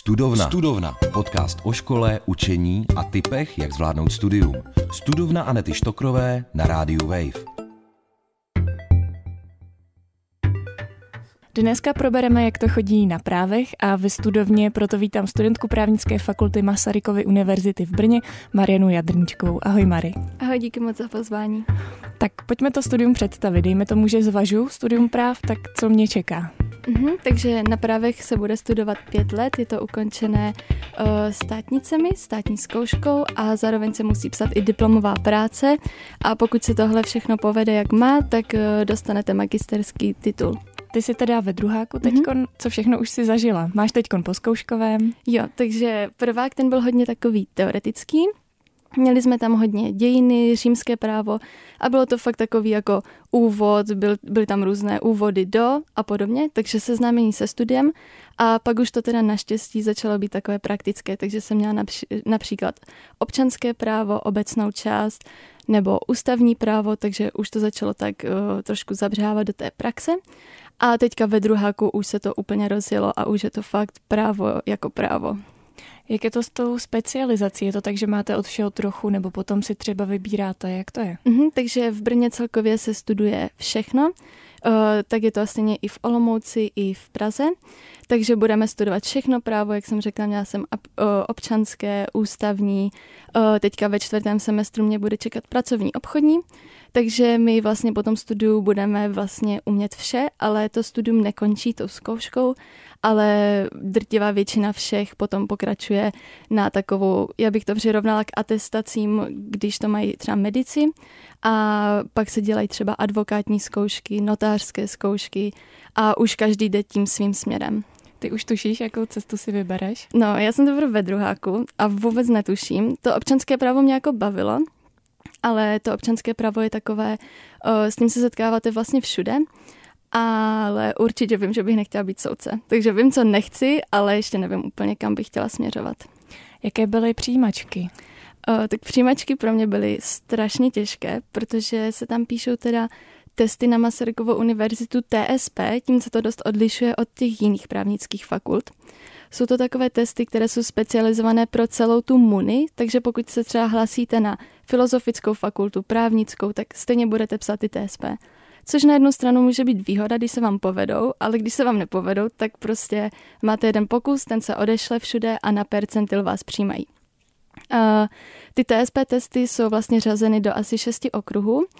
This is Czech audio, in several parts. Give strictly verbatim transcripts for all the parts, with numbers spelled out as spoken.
Studovna. Studovna. Podcast o škole, učení a tipech, jak zvládnout studium. Studovna Anety Štokrové na rádiu Wave. Dneska probereme, jak to chodí na právech a ve studovně proto vítám studentku právnické fakulty Masarykovy univerzity v Brně, Marianu Jadrníčkovou. Ahoj Mari. Ahoj, díky moc za pozvání. Tak pojďme to studium představit. Dejme tomu, že zvažu studium práv, tak co mě čeká? Mhm, takže na právech se bude studovat pět let, je to ukončené uh, státnicemi, státní zkouškou a zároveň se musí psat i diplomová práce a pokud se tohle všechno povede jak má, tak uh, dostanete magisterský titul. Ty jsi teda ve druháku teďkon, mm-hmm. co všechno už si zažila? Máš teďkon po zkouškovém? Jo, takže prvák ten byl hodně takový teoretický. Měli jsme tam hodně dějiny, římské právo a bylo to fakt takový jako úvod, byl, byly tam různé úvody do a podobně, takže seznámení se studiem a pak už to teda naštěstí začalo být takové praktické, takže jsem měla např- například občanské právo, obecnou část nebo ústavní právo, takže už to začalo tak uh, trošku zabřávat do té praxe. A teďka ve druháku už se to úplně rozjelo a už je to fakt právo jako právo. Jak je to s tou specializací? Je to tak, že máte od všeho trochu, nebo potom si třeba vybíráte? Jak to je? Mm-hmm, takže v Brně celkově se studuje všechno. Uh, tak je to stejně i v Olomouci, i v Praze. Takže budeme studovat všechno právo, jak jsem řekla, měla jsem občanské, ústavní. Uh, teďka ve čtvrtém semestru mě bude čekat pracovní obchodní. Takže my vlastně po tom studiu budeme vlastně umět vše, ale to studium nekončí tou zkouškou, ale drtivá většina všech potom pokračuje na takovou, já bych to přirovnala k atestacím, když to mají třeba medici a pak se dělají třeba advokátní zkoušky, notářské zkoušky a už každý jde tím svým směrem. Ty už tušíš, jakou cestu si vybereš? No, já jsem teprve ve druháku a vůbec netuším. To občanské právo mě jako bavilo, ale to občanské právo je takové, s tím se setkáváte vlastně všude, ale určitě vím, že bych nechtěla být soudce. Takže vím, co nechci, ale ještě nevím úplně, kam bych chtěla směřovat. Jaké byly přijímačky? O, tak přijímačky pro mě byly strašně těžké, protože se tam píšou teda testy na Masarykovu univerzitu T S P, tím se to dost odlišuje od těch jiných právnických fakult. Jsou to takové testy, které jsou specializované pro celou tu muni, takže pokud se třeba hlásíte na filozofickou fakultu, právnickou, tak stejně budete psát i T S P. Což na jednu stranu může být výhoda, když se vám povedou, ale když se vám nepovedou, tak prostě máte jeden pokus, ten se odešle všude a na percentil vás přijímají. Uh, ty T S P testy jsou vlastně řazeny do asi šesti okruhů, uh,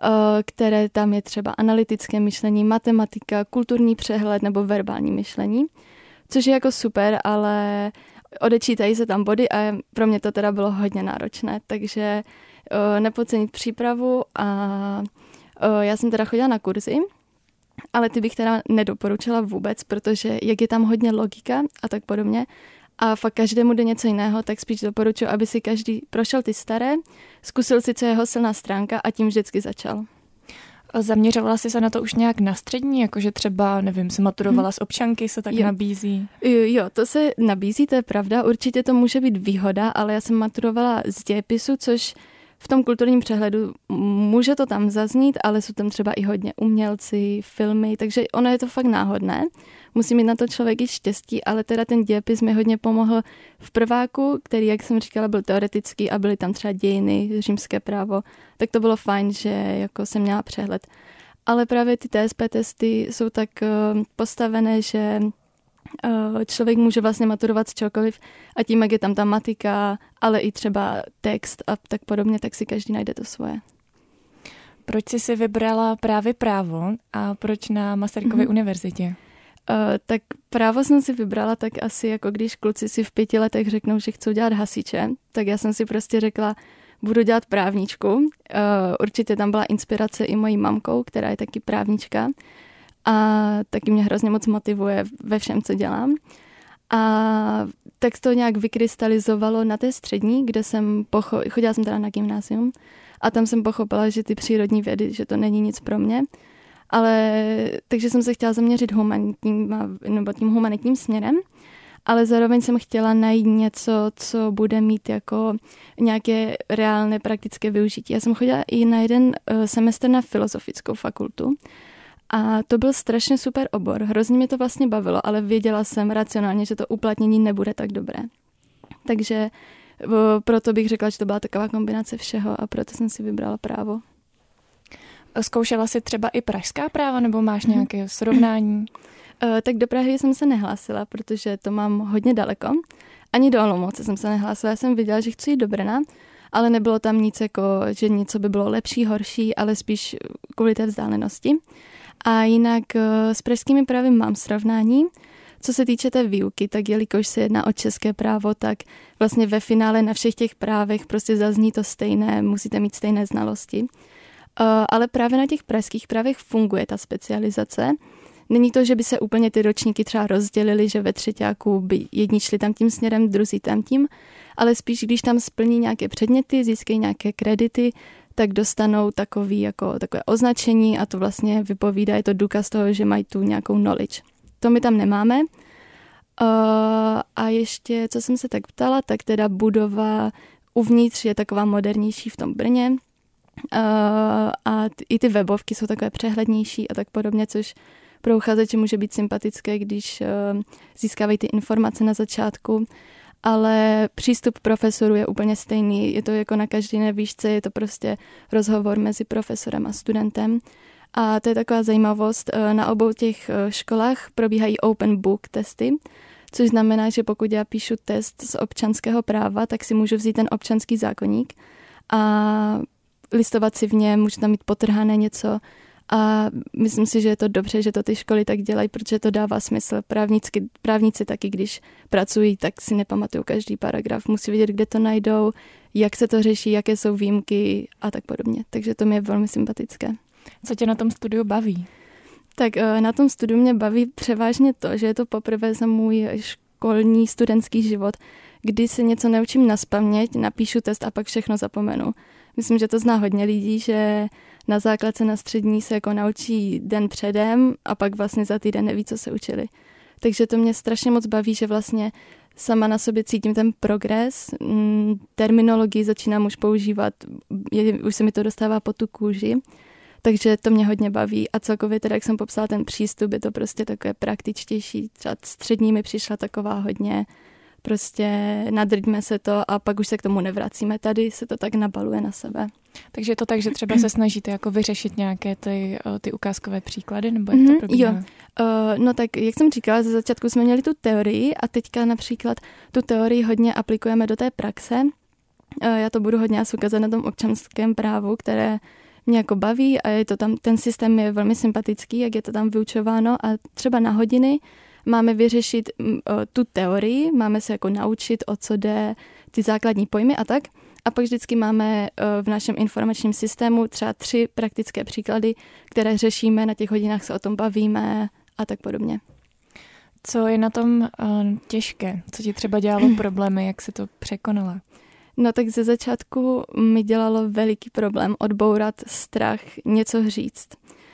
které tam je třeba analytické myšlení, matematika, kulturní přehled nebo verbální myšlení. Což je jako super, ale odečítají se tam body a pro mě to teda bylo hodně náročné, takže uh, nepodcenit přípravu a uh, já jsem teda chodila na kurzy, ale ty bych teda nedoporučila vůbec, protože jak je tam hodně logika a tak podobně a fakt každému jde něco jiného, tak spíš doporučuji, aby si každý prošel ty staré, zkusil si, co je jeho silná stránka a tím vždycky začal. Zaměřovala jsi se na to už nějak na střední, jakože třeba, nevím, se maturovala hmm. z občanky, se tak jo. nabízí? Jo, to se nabízí, to je pravda, určitě to může být výhoda, ale já jsem maturovala z dějepisu, což v tom kulturním přehledu může to tam zaznít, ale jsou tam třeba i hodně umělci, filmy, takže ono je to fakt náhodné. Musí mít na to člověk i štěstí, ale teda ten dějepis mi hodně pomohl v prváku, který, jak jsem říkala, byl teoretický a byly tam třeba dějiny, římské právo, tak to bylo fajn, že jako jsem měla přehled. Ale právě ty T S P testy jsou tak uh, postavené, že uh, člověk může vlastně maturovat z čokoliv a tím, jak je tam ta matika, ale i třeba text a tak podobně, tak si každý najde to svoje. Proč jsi si vybrala právě právo a proč na Masarykově mm-hmm. univerzitě? Uh, tak právo jsem si vybrala tak asi jako když kluci si v pěti letech řeknou, že chcou dělat hasiče, tak já jsem si prostě řekla, budu dělat právničku. Uh, určitě tam byla inspirace i mojí mamkou, která je taky právnička a taky mě hrozně moc motivuje ve všem, co dělám. A tak se to nějak vykrystalizovalo na té střední, kde jsem pocho- chodila jsem teda na gymnázium a tam jsem pochopila, že ty přírodní vědy, že to není nic pro mě. Ale takže jsem se chtěla zaměřit humanitním, nebo tím humanitním směrem, ale zároveň jsem chtěla najít něco, co bude mít jako nějaké reálné praktické využití. Já jsem chodila i na jeden semestr na filozofickou fakultu A to byl strašně super obor, hrozně mě to vlastně bavilo, ale věděla jsem racionálně, že to uplatnění nebude tak dobré. Takže proto bych řekla, že to byla taková kombinace všeho a proto jsem si vybrala právo. Zkoušela jsi třeba i pražská práva, nebo máš nějaké srovnání? Uh, tak do Prahy jsem se nehlásila, protože to mám hodně daleko. Ani do Olomouce jsem se nehlásila, já jsem viděla, že chci jít do Brna, ale nebylo tam nic jako, že něco by bylo lepší, horší, ale spíš kvůli té vzdálenosti. A jinak uh, s pražskými právy mám srovnání. Co se týče té výuky, tak jelikož se jedná o české právo, tak vlastně ve finále na všech těch právech prostě zazní to stejné, musíte mít stejné znalosti. Uh, ale právě na těch pražských právech funguje ta specializace. Není to, že by se úplně ty ročníky třeba rozdělily, že ve třeťáku by jedni šli tam tím směrem, druzí tam tím, ale spíš, když tam splní nějaké předměty, získají nějaké kredity, tak dostanou takový, jako, takové označení a to vlastně vypovídá, je to důkaz toho, že mají tu nějakou knowledge. To my tam nemáme. Uh, a ještě, co jsem se tak ptala, tak teda budova uvnitř je taková modernější v tom Brně. Uh, a t- i ty webovky jsou takové přehlednější a tak podobně, což pro uchazeče může být sympatické, když uh, získávají ty informace na začátku, ale přístup profesorů je úplně stejný, je to jako na každé výšce, je to prostě rozhovor mezi profesorem a studentem. A to je taková zajímavost, uh, na obou těch uh, školách probíhají open book testy, což znamená, že pokud já píšu test z občanského práva, tak si můžu vzít ten občanský zákoník a listovat si v něm, můžu tam mít potrhané něco a myslím si, že je to dobře, že to ty školy tak dělají, protože to dává smysl. Právníci, právníci taky, když pracují, tak si nepamatují každý paragraf, musí vědět, kde to najdou, jak se to řeší, jaké jsou výjimky a tak podobně. Takže to mi je velmi sympatické. Co tě na tom studiu baví? Tak na tom studiu mě baví převážně to, že je to poprvé za můj školní studentský život, kdy se něco naučím nazpaměť, napíšu test a pak všechno zapomenu. Myslím, že to zná hodně lidí, že na základce, na střední se jako naučí den předem a pak vlastně za týden neví, co se učili. Takže to mě strašně moc baví, že vlastně sama na sobě cítím ten progres, terminologii začínám už používat, je, už se mi to dostává po tu kůži, takže to mě hodně baví a celkově teda, jak jsem popsala ten přístup, je to prostě takové praktičtější, třeba střední mi přišla taková hodně prostě nadrďme se to a pak už se k tomu nevracíme. Tady se to tak nabaluje na sebe. Takže je to tak, že třeba se snažíte jako vyřešit nějaké ty, ty ukázkové příklady, nebo jak to mm-hmm, probíhá? Jo. Uh, no tak, jak jsem říkala, ze začátku jsme měli tu teorii a teďka například tu teorii hodně aplikujeme do té praxe. Uh, já to budu hodně asi ukázat na tom občanském právu, které mě jako baví a je to tam, ten systém je velmi sympatický, jak je to tam vyučováno a třeba na hodiny máme vyřešit uh, tu teorii, máme se jako naučit, o co jde, ty základní pojmy a tak. A pak vždycky máme uh, v našem informačním systému třeba tři praktické příklady, které řešíme, na těch hodinách se o tom bavíme a tak podobně. Co je na tom uh, těžké? Co ti třeba dělalo problémy? Jak jsi to překonala? No tak ze začátku mi dělalo veliký problém odbourat strach něco říct.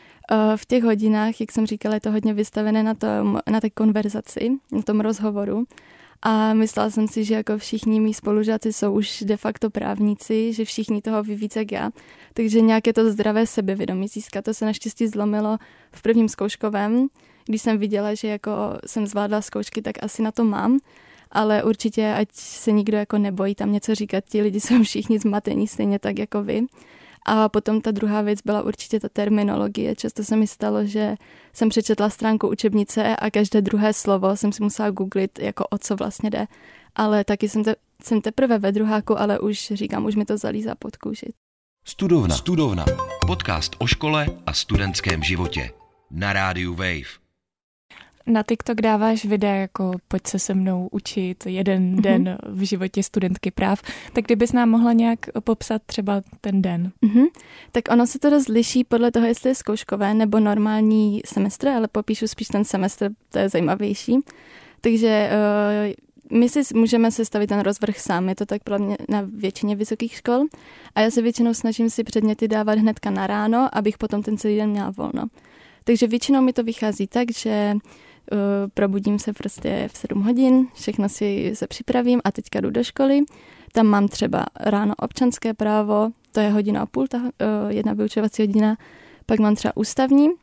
V těch hodinách, jak jsem říkala, je to hodně vystavené na, tom, na té konverzaci, na tom rozhovoru. A myslela jsem si, že jako všichni mý spolužáci jsou už de facto právníci, že všichni toho ví víc jak já. Takže nějaké to zdravé sebevědomí získat. To se naštěstí zlomilo v prvním zkouškovém, když jsem viděla, že jako jsem zvládla zkoušky, tak asi na to mám. Ale určitě, ať se nikdo jako nebojí tam něco říkat, ti lidi jsou všichni zmatení stejně tak jako vy. A potom ta druhá věc byla určitě ta terminologie. Často se mi stalo, že jsem přečetla stránku učebnice a každé druhé slovo jsem si musela googlit, jako o co vlastně jde. Ale taky jsem, te, jsem teprve ve druháku, ale už říkám, už mi to zalízá pod kůži. Studovna. Studovna. Podcast o škole a studentském životě. Na rádiu Wave. Na TikTok dáváš videa jako pojď se se mnou učit jeden mm-hmm. den v životě studentky práv. Tak kdybys nám mohla nějak popsat třeba ten den? Mm-hmm. Tak ono se to dost liší podle toho, jestli je zkouškové nebo normální semestr, ale popíšu spíš ten semestr, to je zajímavější. Takže uh, my si můžeme sestavit ten rozvrh sám, je to tak pro mě na většině vysokých škol. A já se většinou snažím si předměty dávat hnedka na ráno, abych potom ten celý den měla volno. Takže většinou mi to vychází tak, že Uh, probudím se prostě v sedm hodin, všechno si se připravím a teďka jdu do školy. Tam mám třeba ráno občanské právo, to je hodina a půl, ta uh, jedna vyučovací hodina. Pak mám třeba ústavní,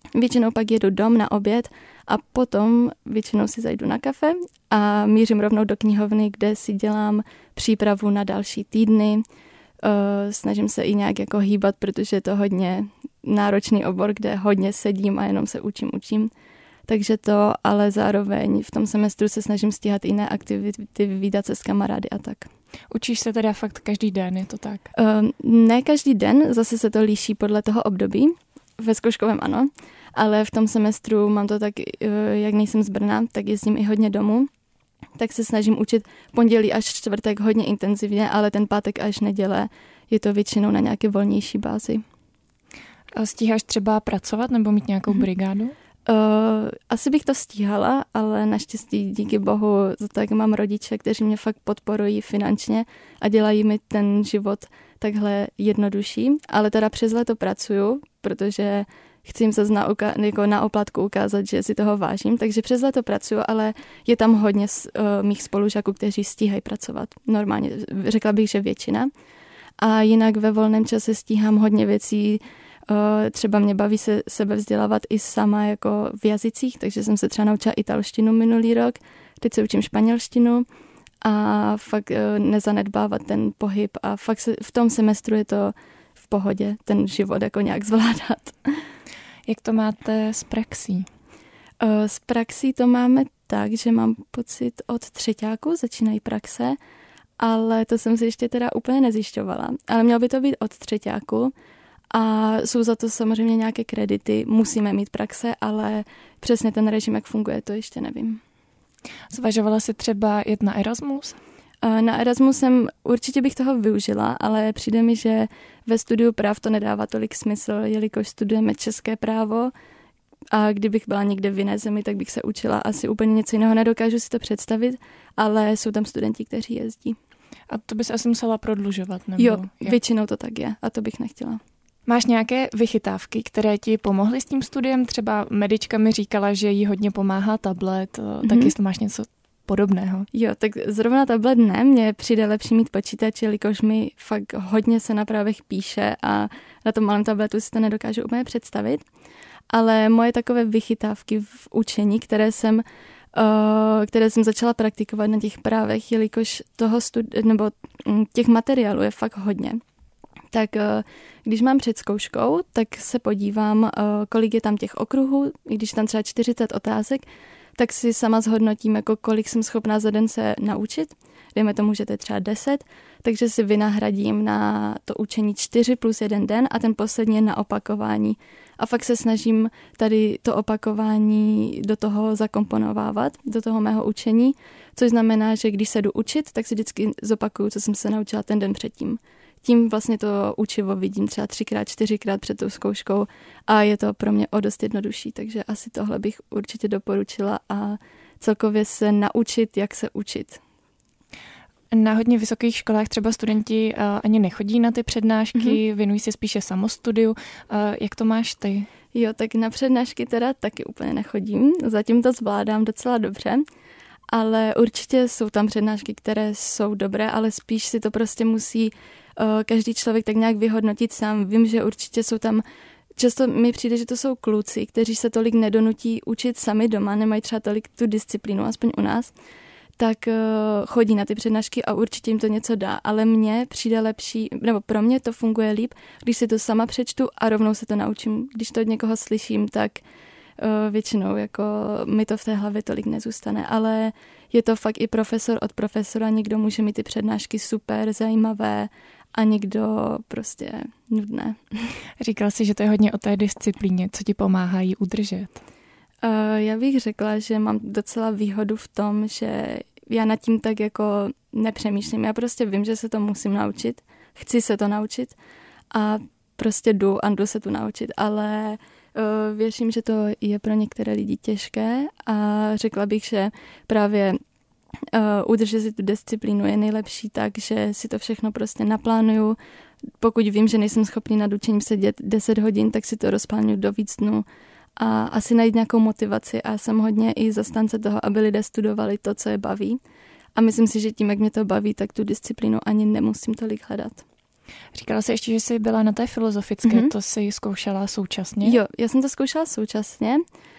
Většinou pak jedu dom na oběd a potom většinou si zajdu na kafe a mířím rovnou do knihovny, kde si dělám přípravu na další týdny. Uh, snažím se i nějak jako hýbat, protože je to hodně náročný obor, kde hodně sedím a jenom se učím, učím. Takže to, ale zároveň v tom semestru se snažím stíhat jiné aktivity, vyvídat se s kamarády a tak. Učíš se teda fakt každý den, je to tak? Uh, ne každý den, zase se to liší podle toho období. Ve zkouškovém ano, ale v tom semestru mám to tak, jak nejsem z Brna, tak jezdím i hodně domů. Tak se snažím učit pondělí až čtvrtek hodně intenzivně, ale ten pátek až neděle je to většinou na nějaké volnější bázi. A stíháš třeba pracovat nebo mít nějakou brigádu? Uh, asi bych to stíhala, ale naštěstí díky bohu za to, jak mám rodiče, kteří mě fakt podporují finančně a dělají mi ten život takhle jednodušší. Ale teda přes léto pracuju, protože chci jim zase na, uka- jako na oplatku ukázat, že si toho vážím. Takže přes léto pracuju, ale je tam hodně uh, mých spolužáků, kteří stíhají pracovat. Normálně, řekla bych, že většina. A jinak ve volném čase stíhám hodně věcí. Uh, třeba mě baví se sebevzdělávat i sama jako v jazycích, takže jsem se třeba naučila italštinu minulý rok. Teď se učím španělštinu a fakt uh, nezanedbávat ten pohyb a fakt se, v tom semestru je to v pohodě, ten život jako nějak zvládat. Jak to máte s praxí? Uh, s praxí to máme tak, že mám pocit od třeťáku začínají praxe, ale to jsem si ještě teda úplně nezjišťovala. Ale mělo by to být od třeťáku a jsou za to samozřejmě nějaké kredity, musíme mít praxe, ale přesně ten režim, jak funguje, to ještě nevím. Zvažovala jsi třeba jet na Erasmus? Na Erasmusem určitě bych toho využila, ale přijde mi, že ve studiu práv to nedává tolik smysl, jelikož studujeme české právo a kdybych byla někde v jiné zemi, tak bych se učila asi úplně něco jiného. Nedokážu si to představit, ale jsou tam studenti, kteří jezdí. A to bys asi musela prodlužovat, nebo? Jo, většinou to tak je a to bych nechtěla. Máš nějaké vychytávky, které ti pomohly s tím studiem? Třeba medička mi říkala, že jí hodně pomáhá tablet, mm-hmm. tak jestli máš něco podobného. Jo, tak zrovna tablet ne, mně přijde lepší mít počítač, jelikož mi fakt hodně se na právech píše a na tom malém tabletu si to nedokážu úplně představit. Ale moje takové vychytávky v učení, které jsem, uh, které jsem začala praktikovat na těch právech, jelikož toho studi- nebo těch materiálů je fakt hodně. Tak když mám před zkouškou, tak se podívám, kolik je tam těch okruhů, i když tam třeba čtyřicet otázek, tak si sama zhodnotím, jako kolik jsem schopná za den se naučit. Dejme tomu, že to je třeba deset, takže si vynahradím na to učení čtyři plus jeden den a ten poslední je na opakování. A fakt se snažím tady to opakování do toho zakomponovávat, do toho mého učení, což znamená, že když se jdu učit, tak si vždycky zopakuju, co jsem se naučila ten den předtím. Tím vlastně to učivo vidím třeba třikrát, čtyřikrát před tou zkouškou a je to pro mě o dost jednodušší, takže asi tohle bych určitě doporučila a celkově se naučit, jak se učit. Na hodně vysokých školách třeba studenti uh, ani nechodí na ty přednášky, mm-hmm. věnují se spíše samostudiu. Uh, jak to máš ty? Jo, tak na přednášky teda taky úplně nechodím, zatím to zvládám docela dobře. Ale určitě jsou tam přednášky, které jsou dobré, ale spíš si to prostě musí uh, každý člověk tak nějak vyhodnotit sám. Vím, že určitě jsou tam, často mi přijde, že to jsou kluci, kteří se tolik nedonutí učit sami doma, nemají třeba tolik tu disciplínu, aspoň u nás, tak uh, chodí na ty přednášky a určitě jim to něco dá. Ale mně přijde lepší, nebo pro mě to funguje líp, když si to sama přečtu a rovnou se to naučím. Když to od někoho slyším, tak většinou jako mi to v té hlavě tolik nezůstane, ale je to fakt i profesor od profesora, někdo může mít ty přednášky super, zajímavé a někdo prostě nudné. Říkal jsi, že to je hodně o té disciplíně, co ti pomáhá ji udržet? Uh, já bych řekla, že mám docela výhodu v tom, že já nad tím tak jako nepřemýšlím, já prostě vím, že se to musím naučit, chci se to naučit a prostě jdu a jdu se to naučit, ale Uh, věřím, že to je pro některé lidi těžké a řekla bych, že právě uh, udržet si tu disciplínu je nejlepší tak, že si to všechno prostě naplánuju. Pokud vím, že nejsem schopný nad učením sedět deset hodin, tak si to rozplánuju do víc dnů a asi najít nějakou motivaci a jsem hodně i zastánce toho, aby lidé studovali to, co je baví. A myslím si, že tím, jak mě to baví, tak tu disciplínu ani nemusím tolik hledat. Říkala jsi ještě, že jsi byla na té filozofické, mm-hmm. to jsi zkoušela současně? Jo, já jsem to zkoušela současně,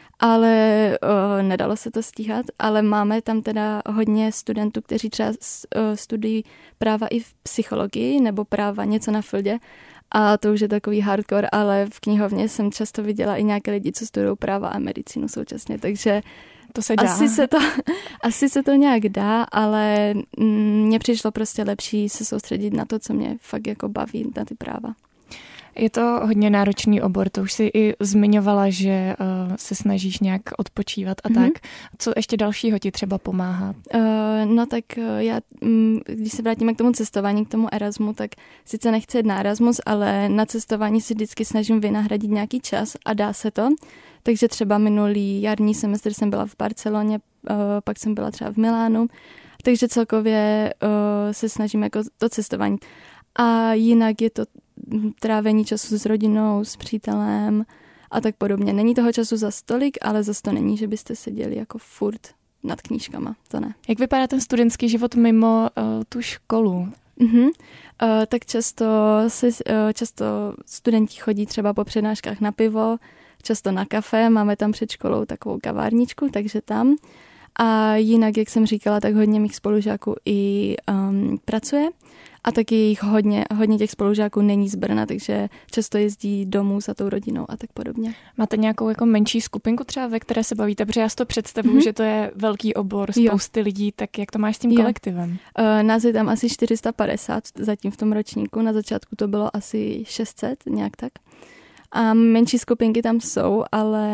ale o, nedalo se to stíhat, ale máme tam teda hodně studentů, kteří třeba o, studují práva i v psychologii nebo práva něco na fildě a to už je takový hardcore, ale v knihovně jsem často viděla i nějaké lidi, co studují práva a medicínu současně, takže to se dá. Asi se to, asi se to nějak dá, ale mně přišlo prostě lepší se soustředit na to, co mě fakt jako baví, na ty práva. Je to hodně náročný obor, to už si i zmiňovala, že uh, se snažíš nějak odpočívat a mm-hmm. tak. Co ještě dalšího ti třeba pomáhá? Uh, no tak uh, já, um, když se vrátíme k tomu cestování, k tomu Erasmu, tak sice nechci jít na Erasmus, ale na cestování si vždycky snažím vynahradit nějaký čas a dá se to. Takže třeba minulý jarní semestr jsem byla v Barceloně, uh, pak jsem byla třeba v Milánu, takže celkově uh, se snažím jako to cestování. A jinak je to trávení času s rodinou, s přítelem a tak podobně. Není toho času za stolik, ale zase to není, že byste seděli jako furt nad knížkama, to ne. Jak vypadá ten studentský život mimo uh, tu školu? Uh-huh. Uh, tak často, se, uh, často studenti chodí třeba po přednáškách na pivo, často na kafe, máme tam před školou takovou kavárničku, takže tam. A jinak, jak jsem říkala, tak hodně mých spolužáků i um, pracuje a taky jich hodně, hodně těch spolužáků není z Brna, takže často jezdí domů za tou rodinou a tak podobně. Máte nějakou jako menší skupinku třeba, ve které se bavíte? Protože já si to představuji, mm-hmm. že to je velký obor, spousty jo. lidí, tak jak to máš s tím jo. kolektivem? Uh, nás je tam asi čtyři sta padesát zatím v tom ročníku, na začátku to bylo asi šest set, nějak tak. A menší skupinky tam jsou, ale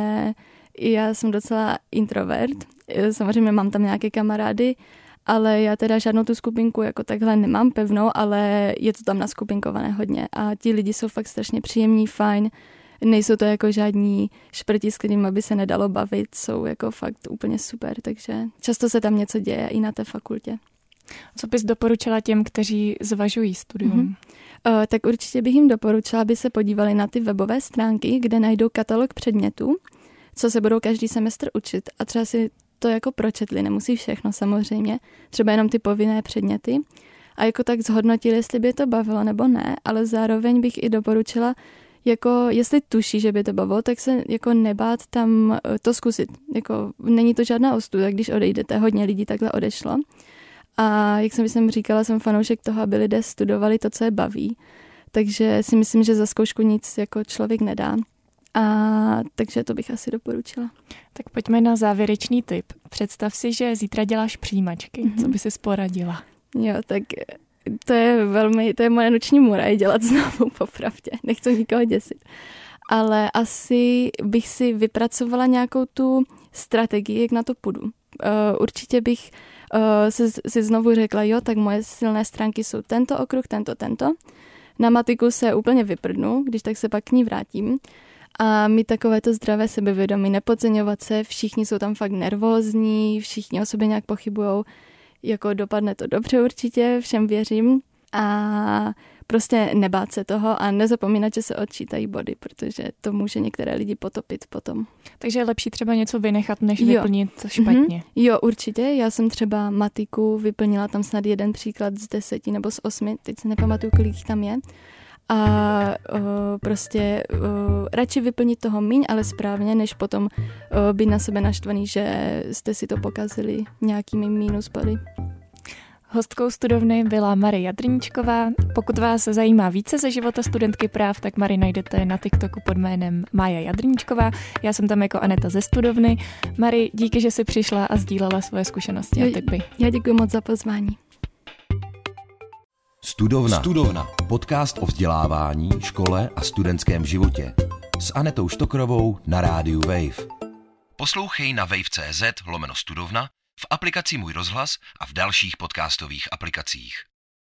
já jsem docela introvert. Samozřejmě mám tam nějaké kamarády, ale já teda žádnou tu skupinku jako takhle nemám pevnou, ale je to tam naskupinkované hodně. A ti lidi jsou fakt strašně příjemní, fajn. Nejsou to jako žádní šprti, s kterými by se nedalo bavit. Jsou jako fakt úplně super, takže často se tam něco děje i na té fakultě. Co bys doporučila těm, kteří zvažují studium? Mm-hmm. Uh, tak určitě bych jim doporučila, aby se podívali na ty webové stránky, kde najdou katalog předmětů, co se budou každý semestr učit a třeba si to jako pročetli, nemusí všechno samozřejmě, třeba jenom ty povinné předměty a jako tak zhodnotili, jestli by to bavilo nebo ne, ale zároveň bych i doporučila, jako jestli tuší, že by to bavilo, tak se jako nebát tam to zkusit. Jako není to žádná ostuda, když odejdete, hodně lidí takhle odešlo. A jak jsem, jsem říkala, jsem fanoušek toho, aby lidé studovali to, co je baví. Takže si myslím, že za zkoušku nic jako člověk nedá. A takže to bych asi doporučila. Tak pojďme na závěrečný tip. Představ si, že zítra děláš přijímačky. Mm-hmm. Co by si poradila? Jo, tak to je velmi, to je moje noční můra je dělat znovu, popravdě. Nechci nikoho děsit. Ale asi bych si vypracovala nějakou tu strategii, jak na to půjdu. Uh, určitě bych uh, si, si znovu řekla, jo, tak moje silné stránky jsou tento okruh, tento, tento. Na matiku se úplně vyprdnu, když tak se pak k ní vrátím. A mít takovéto zdravé sebevědomí, nepodceňovat se, všichni jsou tam fakt nervózní, všichni o sobě nějak pochybujou, jako dopadne to dobře určitě, všem věřím a prostě nebát se toho a nezapomínat, že se odčítají body, protože to může některé lidi potopit potom. Takže je lepší třeba něco vynechat, než jo. vyplnit špatně. Mm-hmm. Jo, určitě. Já jsem třeba matiku vyplnila tam snad jeden příklad z deseti nebo z osmi, teď se nepamatuju, kolik tam je. A uh, prostě uh, radši vyplnit toho míň, ale správně, než potom uh, být na sebe naštvaný, že jste si to pokazili nějakými mínus body. Hostkou studovny byla Marie Jadrníčková. Pokud vás zajímá více ze života studentky práv, tak Marie najdete na TikToku pod jménem Mája Jadrníčková. Já jsem tam jako Aneta ze studovny. Marie, díky, že jsi přišla a sdílela svoje zkušenosti a tipy. Já děkuji moc za pozvání. Studovna. Studovna. Podcast o vzdělávání, škole a studentském životě. S Anetou Štokrovou na rádiu Wave. Poslouchej na wave tečka cz lomeno studovna, v aplikaci Můj rozhlas a v dalších podcastových aplikacích.